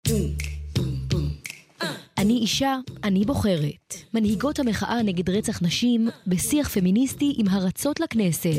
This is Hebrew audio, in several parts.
אני אישה, אני בוחרת. מנהיגות המחאה נגד רצח נשים בשיח פמיניסטי עם הרצות לכנסת.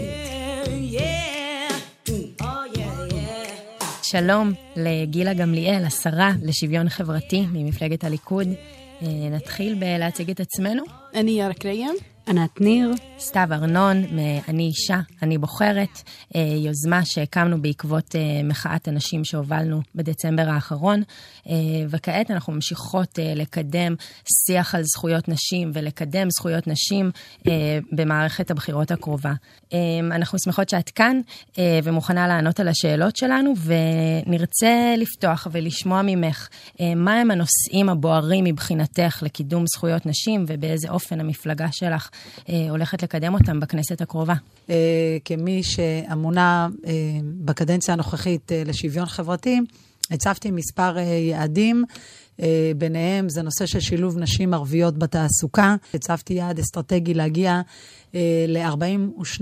שלום לגילה גמליאל, השרה לשוויון חברתי ממפלגת הליכוד. נתחיל בלהציג את עצמנו. אני יארה קריין. ענת ניר. סתיו ארנון, אני אישה, אני בוחרת, יוזמה שהקמנו בעקבות מחאת הנשים שהובלנו בדצמבר האחרון, וכעת אנחנו ממשיכות לקדם שיח על זכויות נשים ולקדם זכויות נשים במערכת הבחירות הקרובה. אנחנו שמחות שאת כאן ומוכנה לענות על השאלות שלנו, ונרצה לפתוח ולשמוע ממך מהם הנושאים הבוערים מבחינתך לקידום זכויות נשים, ובאיזה אופן המפלגה שלך הולכת לקדם אותם בכנסת הקרובה. כמי שאמונה בקדנציה הנוכחית לשוויון חברתי, הצבתי מספר יעדים, ביניהם זה נושא של שילוב נשים ערביות בתעסוקה. הצבתי יעד אסטרטגי להגיע ל-42%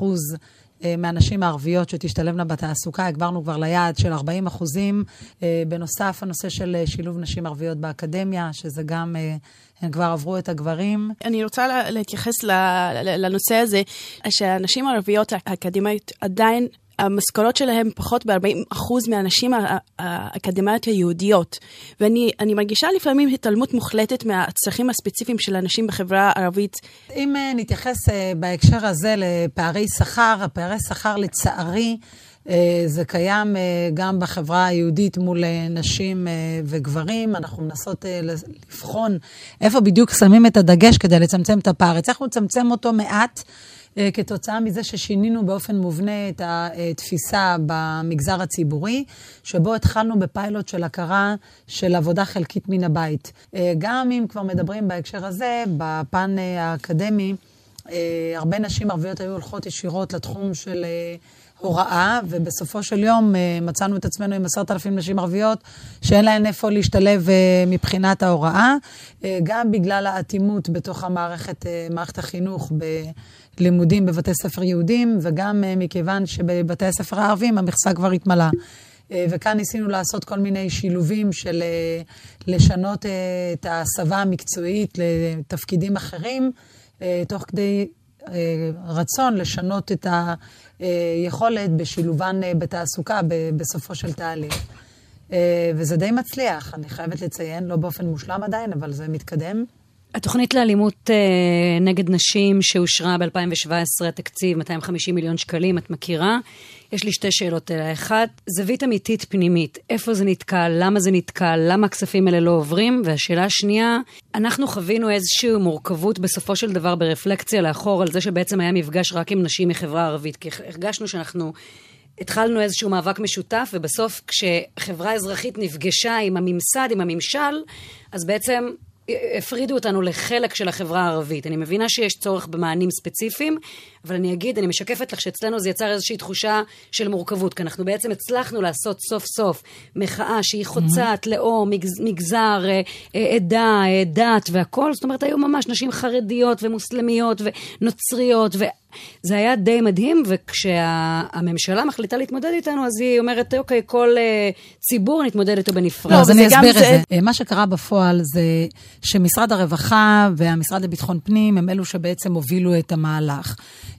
מהנשים הערביות שתשתלבנה בתעסוקה, הגברנו כבר ליעד של 40%. בנוסף, הנושא של שילוב נשים ערביות באקדמיה, שזה גם, הן כבר עברו את הגברים. אני רוצה להתייחס לנושא הזה, שהנשים הערביות האקדמיות עדיין, המשכורות שלהם פחות ב-40% מהנשים האקדמיות היהודיות. ואני מרגישה לפעמים התעלמות מוחלטת מהצרכים הספציפיים של הנשים בחברה הערבית. אם נתייחס בהקשר הזה לפערי שכר, הפערי שכר לצערי, זה קיים גם בחברה היהודית מול נשים וגברים. אנחנו מנסות לבחון איפה בדיוק שמים את הדגש כדי לצמצם את הפער. אנחנו נצמצם אותו מעט, כתוצאה מזה ששינינו באופן מובנה את התפיסה במגזר הציבורי, שבו התחלנו בפיילוט של הכרה של עבודה חלקית מן הבית. גם אם כבר מדברים בהקשר הזה, בפן האקדמי, הרבה נשים ערביות היו הולכות ישירות לתחום של הוראה, ובסופו של יום מצאנו את עצמנו עם 10,000 נשים ערביות שאין להן איפה להשתלב מבחינת ההוראה, גם בגלל האטימות בתוך מערכת החינוך בלימודים בבתי ספר יהודים, וגם מכיוון שבבתי הספר הערבים המכסה כבר התמלאה. וכאן ניסינו לעשות כל מיני שילובים של לשנות את ההסבה המקצועית לתפקידים אחרים, תוך כדי רצון לשנות את היכולת בשילובן בתעסוקה בסופו של תהליך. וזה די מצליח, אני חייבת לציין, לא באופן מושלם עדיין, אבל זה מתקדם. התוכנית לאלימות נגד נשים שאושרה ב-2017, התקציב 250 מיליון שקלים, את מכירה? יש לי שתי שאלות אלה. אחת, זווית אמיתית פנימית, איפה זה נתקע, למה זה נתקע, למה הכספים האלה לא עוברים? והשאלה השנייה, אנחנו חווינו איזושהי מורכבות בסופו של דבר ברפלקציה לאחור, על זה שבעצם היה מפגש רק עם נשים מחברה ערבית, כי הרגשנו שאנחנו התחלנו איזשהו מאבק משותף, ובסוף כשחברה אזרחית נפגשה עם הממסד, עם הממשל, אז בעצם הפרידו אותנו לחלק של החברה הערבית. אני מבינה שיש צורך במענים ספציפיים, אבל אני משקפת לך שאצלנו זה יצר איזושהי תחושה של מורכבות, כי אנחנו בעצם הצלחנו לעשות סוף סוף מחאה שהיא חוצת לאום, מגזר, עדה, דת והכל. זאת אומרת, היו ממש נשים חרדיות ומוסלמיות ונוצריות, זה היה די מדהים, וכשהממשלה מחליטה להתמודד איתנו, אז היא אומרת, אוקיי, כל ציבור נתמודד איתו בנפרד. לא, אז אני אסביר את זה. מה שקרה בפועל זה שמשרד הרווחה והמשרד לביטחון פנים הם אלו שבעצם הובילו את המהלך.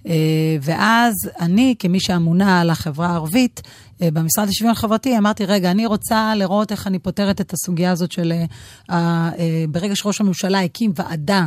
ואז אני, כמי שאמונה על החברה הערבית, במשרד לשוויון חברתי, אמרתי, רגע, אני רוצה לראות איך אני פותרת את הסוגיה הזאת של, ברגע שראש הממשלה הקים ועדה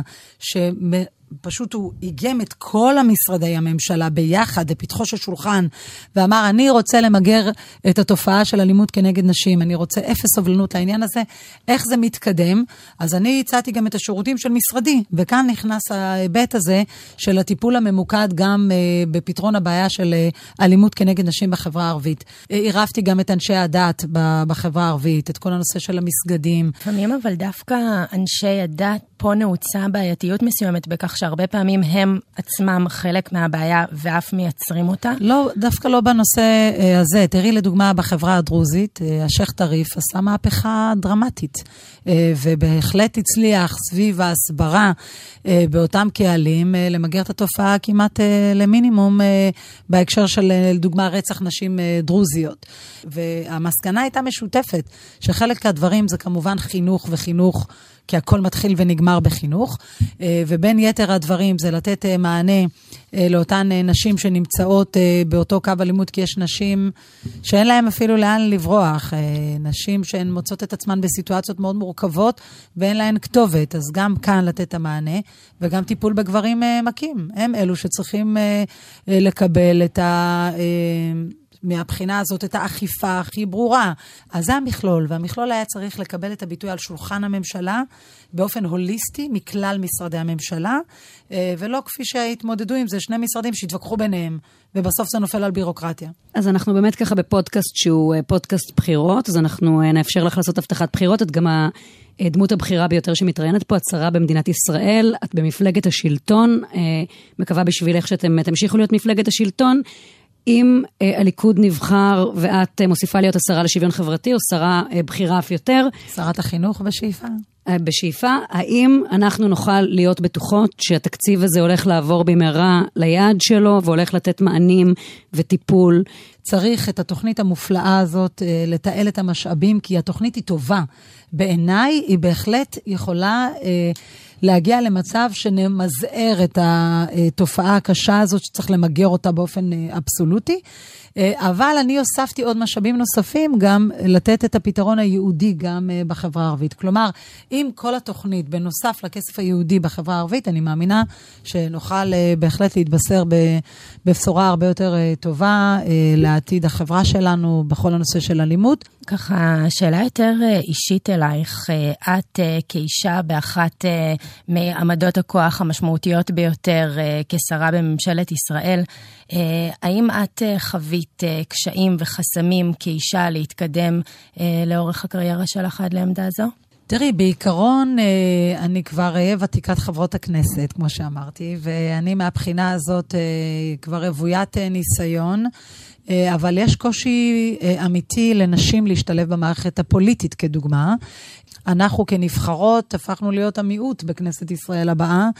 פשוט הוא איגם את כל המשרדי הממשלה ביחד, לפתחו של שולחן, ואמר, אני רוצה למגר את התופעה של אלימות כנגד נשים, אני רוצה אפס סובלנות לעניין הזה, איך זה מתקדם? אז אני הצעתי גם את השירותים של משרדי, וכאן נכנס ההיבט הזה של הטיפול הממוקד גם בפתרון הבעיה של אלימות כנגד נשים בחברה הערבית. עירבתי גם את אנשי הדת בחברה הערבית, את כל הנושא של המסגדים. לפעמים אבל דווקא אנשי הדת פה נעוצה בעייתיות מסוימת בכך שהרבה פעמים הם עצמם חלק מהבעיה ואף מייצרים אותה? לא, דווקא לא בנושא הזה. תראי לדוגמה בחברה הדרוזית, השייך טריף עשה מהפכה דרמטית, ובהחלט הצליח סביב ההסברה באותם קהלים למגר את התופעה כמעט למינימום בהקשר של לדוגמה רצח נשים דרוזיות. והמסקנה הייתה משותפת, שחלק מהדברים זה כמובן חינוך וחינוך, כי הכל מתחיל ונגמר בחינוך, ובין יתר הדברים זה לתת מענה לאותן נשים שנמצאות באותו קו אלימות, כי יש נשים שאין להן אפילו לאן לברוח, נשים שהן מוצאות את עצמן בסיטואציות מאוד מורכבות, ואין להן כתובת, אז גם כאן לתת את המענה, וגם טיפול בגברים מכים, הם אלו שצריכים לקבל את מהבחינה הזאת את האכיפה הכי ברורה. אז זה המכלול, והמכלול היה צריך לקבל את הביטוי על שולחן הממשלה, באופן הוליסטי, מכלל משרדי הממשלה, ולא כפי שהתמודדו עם זה, שני משרדים שהתווכחו ביניהם, ובסוף זה נופל על בירוקרטיה. אז אנחנו באמת ככה בפודקאסט שהוא פודקאסט בחירות, אז אנחנו נאפשר לך לעשות הבטחת בחירות, את גם הדמות הבחירה ביותר שמתראיינת פה, את שרה במדינת ישראל, את במפלגת השלטון, מקווה בשבילך שאתם תמשיכו להיות מפלגת השלטון, אם הליכוד נבחר ואת מוסיפה להיות השרה לשוויון חברתי, או שרה בחירה אף יותר. שרת החינוך בשאיפה. בשאיפה, האם אנחנו נוכל להיות בטוחות שהתקציב הזה הולך לעבור במהרה ליעד שלו, והולך לתת מענים וטיפול? צריך את התוכנית המופלאה הזאת לתעל את המשאבים, כי התוכנית היא טובה. בעיניי היא בהחלט יכולה להגיע למצב שנמזער את התופעה הקשה הזאת שצריך למגר אותה באופן אבסולוטי, אבל אני הוספתי עוד משאבים נוספים גם לתת את הפתרון היהודי גם בחברה הערבית. כלומר, אם כל התוכנית בנוסף לכסף היהודי בחברה הערבית, אני מאמינה שנוכל בהחלט להתבשר בבשורה הרבה יותר טובה לעתיד החברה שלנו בכל הנושא של אלימות. ככה, שאלה יותר אישית אלייך, את כאישה באחת מעמדות הכוח המשמעותיות ביותר כשרה בממשלת ישראל, האם את חווית קשיים וחסמים כאישה להתקדם לאורך הקריירה שלך עד לעמדה זו? תראי, בעיקרון אני כבר אהיה ותיקת חברות הכנסת, כמו שאמרתי, ואני מהבחינה הזאת כבר רוויית ניסיון, אבל יש קושי אמיתי לנשים להשתלב במערכת הפוליטית כדוגמה. אנחנו כנבחרות הפכנו להיות המיעוט בכנסת ישראל הבאה.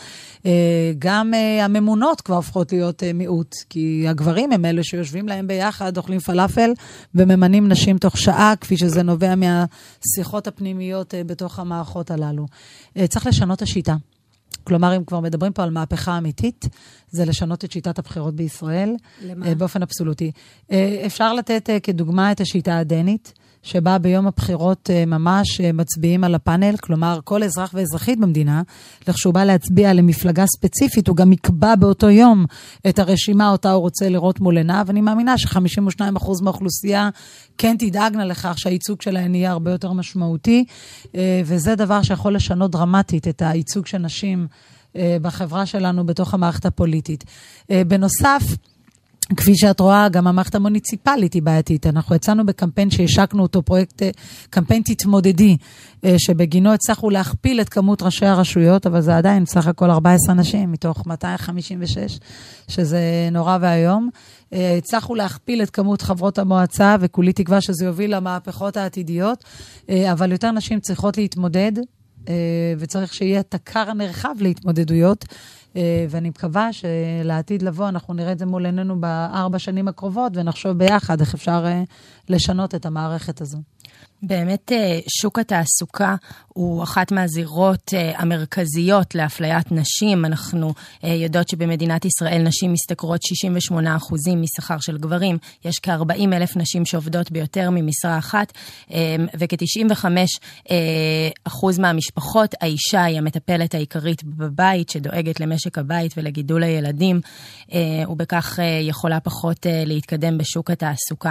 גם הממונות כבר הופכות להיות מיעוט, כי הגברים הם אלה שיושבים להם ביחד, אוכלים פלאפל וממנים נשים תוך שעה, כפי שזה נובע מהשיחות הפנימיות בתוך המערכות הללו. צריך לשנות השיטה. כלומר, אם כבר מדברים פה על מהפכה אמיתית, זה לשנות את שיטת הבחירות בישראל. למה? באופן אבסולוטי. אפשר לתת כדוגמה את השיטה הדנית, שבה ביום הבחירות ממש מצביעים על הפאנל, כלומר, כל אזרח ואזרחית במדינה, לכשהוא בא להצביע למפלגה ספציפית, הוא גם יקבע באותו יום את הרשימה אותה הוא רוצה לראות מול עיניו, ואני מאמינה ש52% מהאוכלוסייה כן תדאגנה לכך שהייצוג שלהן יהיה הרבה יותר משמעותי, וזה דבר שיכול לשנות דרמטית את הייצוג של נשים בחברה שלנו בתוך המערכת הפוליטית. בנוסף, כפי שאת רואה, גם המערכת המוניציפלית היא בעייתית. אנחנו יצאנו בקמפיין שהשקנו אותו, פרויקט קמפיין תתמודדי, שבגינו הצלחנו להכפיל את כמות ראשי הרשויות, אבל זה עדיין סך הכל 14 נשים מתוך 256, שזה נורא והיום. הצלחנו להכפיל את כמות חברות המועצה, וכולי תקווה שזה יוביל למהפכות העתידיות, אבל יותר נשים צריכות להתמודד, וצריך שיהיה תקר המרחב להתמודדויות, ואני מקווה שלעתיד לבוא אנחנו נראה את זה מול עינינו ב4 שנים הקרובות, ונחשוב ביחד איך אפשר לשנות את המערכת הזו. באמת שוק התעסוקה הוא אחת מהזירות המרכזיות לאפליית נשים. אנחנו יודעות שבמדינת ישראל נשים משתכרות 68% משכר של גברים. יש כ-40,000 נשים שעובדות ביותר ממשרה אחת, וכ-95% מהמשפחות, האישה היא המטפלת העיקרית בבית, שדואגת למשק הבית ולגידול הילדים, ובכך יכולה פחות להתקדם בשוק התעסוקה.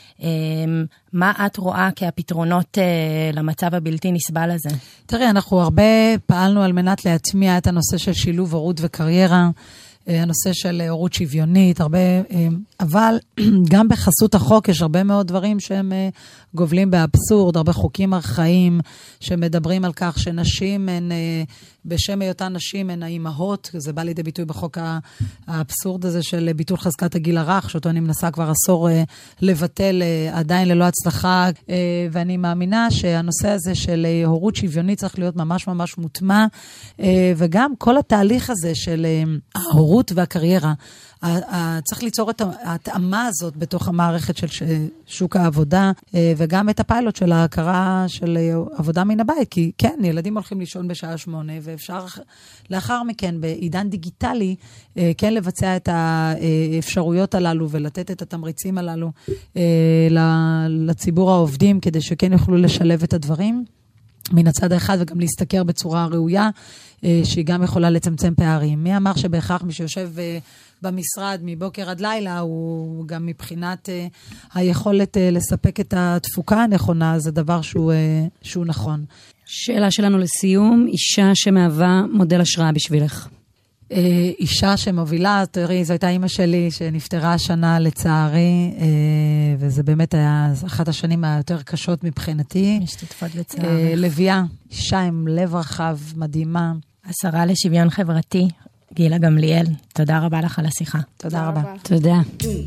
מה את רואה כהפתרונות למצב הבלתי נסבל הזה? תראי, אנחנו הרבה פעלנו על מנת להטמיע את הנושא של שילוב הורות וקריירה. הנושא של הורות שוויונית, הרבה, אבל גם בחסות החוק יש הרבה מאוד דברים שהם גובלים באבסורד, הרבה חוקים ארכאיים שמדברים על כך שנשים הן, בשם היותן נשים הן האימהות, זה בא לידי ביטוי בחוק האבסורד הזה של ביטול חזקת הגיל הרך, שאותו אני מנסה כבר עשור לבטל עדיין ללא הצלחה, ואני מאמינה שהנושא הזה של הורות שוויונית צריך להיות ממש ממש מוטמע, וגם כל התהליך הזה של ההורות והקריירה, צריך ליצור את ההתאמה הזאת בתוך המערכת של שוק העבודה, וגם את הפיילוט של ההכרה של עבודה מן הבית, כי כן, ילדים הולכים לישון בשעה 8, ואפשר לאחר מכן בעידן דיגיטלי, כן לבצע את האפשרויות הללו, ולתת את התמריצים הללו לציבור העובדים, כדי שכן יוכלו לשלב את הדברים. מן הצד האחד, וגם להסתכר בצורה ראויה, שהיא גם יכולה לצמצם פערים. מי אמר שבהכרח מי שיושב במשרד מבוקר עד לילה, הוא גם מבחינת היכולת לספק את התפוקה הנכונה, זה דבר שהוא נכון. שאלה שלנו לסיום, אישה שמהווה מודל השראה בשבילך. אישה שמובילה, תראי, זו הייתה אמא שלי שנפטרה השנה לצערי, וזה באמת היה אחת השנים היותר קשות מבחינתי. משתתפות בצער. לביאה, אישה עם לב רחב, מדהימה. השרה לשוויון חברתי, גילה גמליאל, תודה רבה לך על השיחה. תודה רבה. תודה.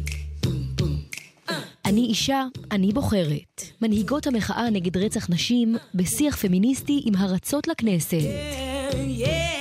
אני אישה, אני בוחרת. מנהיגות המחאה נגד רצח נשים בשיח פמיניסטי עם הרצות לכנסת.